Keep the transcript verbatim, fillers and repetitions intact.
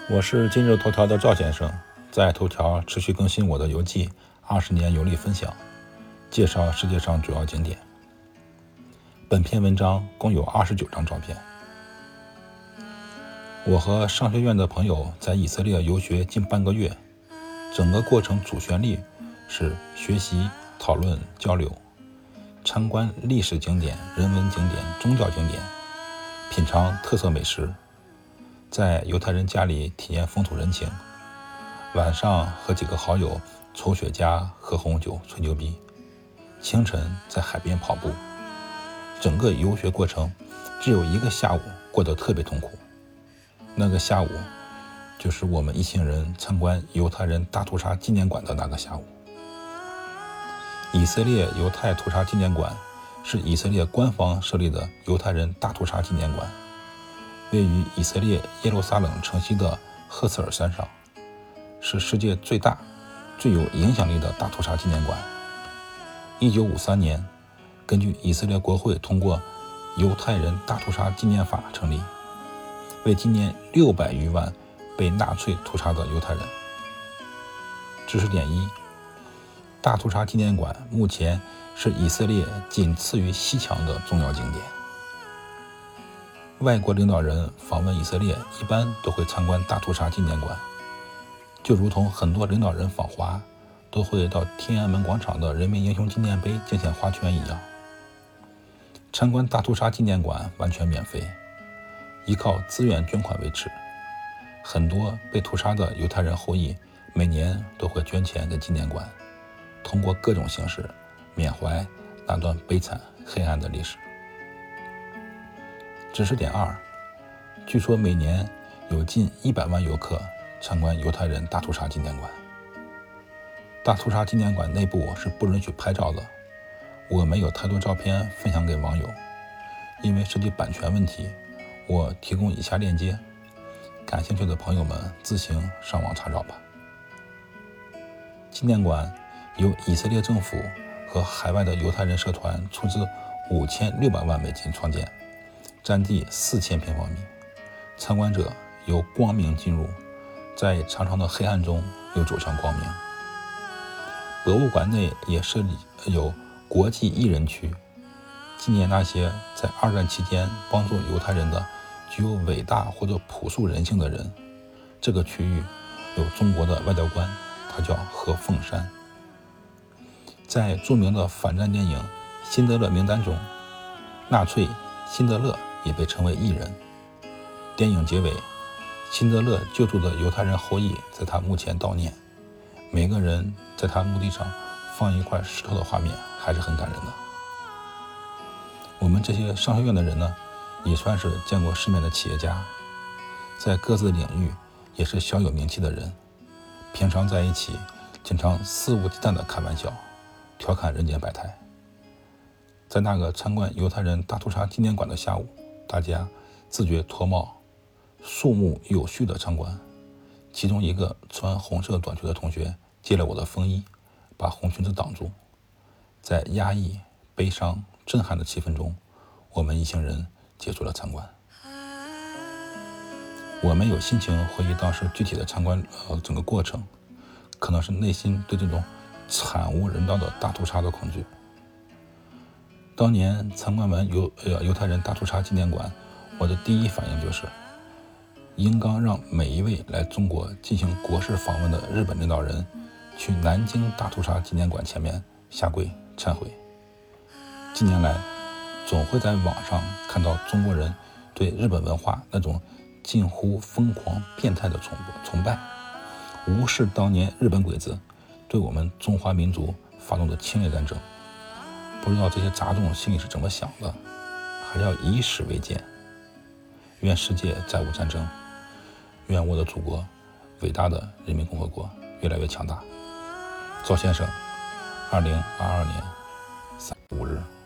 我是今日头条的赵先生，在头条持续更新我的游记，二十年游历分享，介绍世界上主要景点。本篇文章共有二十九张照片。我和商学院的朋友在以色列游学近半个月，整个过程主旋律是学习、讨论、交流，参观历史景点、人文景点、宗教景点，品尝特色美食，在犹太人家里体验风土人情，晚上和几个好友抽雪茄、喝红酒、吹牛逼，清晨在海边跑步。整个游学过程只有一个下午过得特别痛苦，那个下午就是我们一行人参观犹太人大屠杀纪念馆的那个下午。以色列犹太屠杀纪念馆是以色列官方设立的犹太人大屠杀纪念馆，位于以色列耶路撒冷城西的赫茨尔山上，是世界最大、最有影响力的大屠杀纪念馆。一九五三年，根据以色列国会通过犹太人大屠杀纪念法成立，为纪念六百余万被纳粹屠杀的犹太人。知识点一：大屠杀纪念馆目前是以色列仅次于西墙的重要景点。外国领导人访问以色列一般都会参观大屠杀纪念馆，就如同很多领导人访华都会到天安门广场的人民英雄纪念碑竞选花圈一样。参观大屠杀纪念馆完全免费，依靠自愿捐款维持。很多被屠杀的犹太人后裔每年都会捐钱给纪念馆，通过各种形式缅怀那段悲惨黑暗的历史。知识点二：据说每年有近一百万游客参观犹太人大屠杀纪念馆。大屠杀纪念馆内部是不允许拍照的，我没有太多照片分享给网友，因为涉及版权问题，我提供以下链接，感兴趣的朋友们自行上网查找吧。纪念馆由以色列政府和海外的犹太人社团出资五千六百万美金创建，占地四千平方米，参观者由光明进入，在长长的黑暗中又走向光明。博物馆内也设立有国际艺人区，纪念那些在二战期间帮助犹太人的具有伟大或者朴素人性的人。这个区域有中国的外交官，他叫何凤山。在著名的反战电影《辛德勒名单》中，纳粹辛德勒也被称为异人。电影结尾，辛德勒救助的犹太人后裔在他墓前悼念，每个人在他墓地上放一块石头的画面还是很感人的。我们这些商学院的人呢，也算是见过世面的企业家，在各自领域也是小有名气的人，平常在一起经常肆无忌惮地开玩笑，调侃人间百态。在那个参观犹太人大屠杀纪念馆的下午，大家自觉脱帽，肃穆有序地参观。其中一个穿红色短裙的同学借了我的风衣，把红裙子挡住。在压抑、悲伤、震撼的气氛中，我们一行人结束了参观。我没有心情回忆当时具体的参观呃整个过程，可能是内心对这种惨无人道的大屠杀的恐惧。当年参观完犹呃犹太人大屠杀纪念馆，我的第一反应就是应当让每一位来中国进行国事访问的日本领导人去南京大屠杀纪念馆前面下跪忏悔。近年来总会在网上看到中国人对日本文化那种近乎疯狂变态的崇崇拜，无视当年日本鬼子对我们中华民族发动的侵略战争。不知道这些杂种心里是怎么想的，还要以史为鉴。愿世界再无战争，愿我的祖国伟大的人民共和国越来越强大。赵先生，二零二二年三月五日。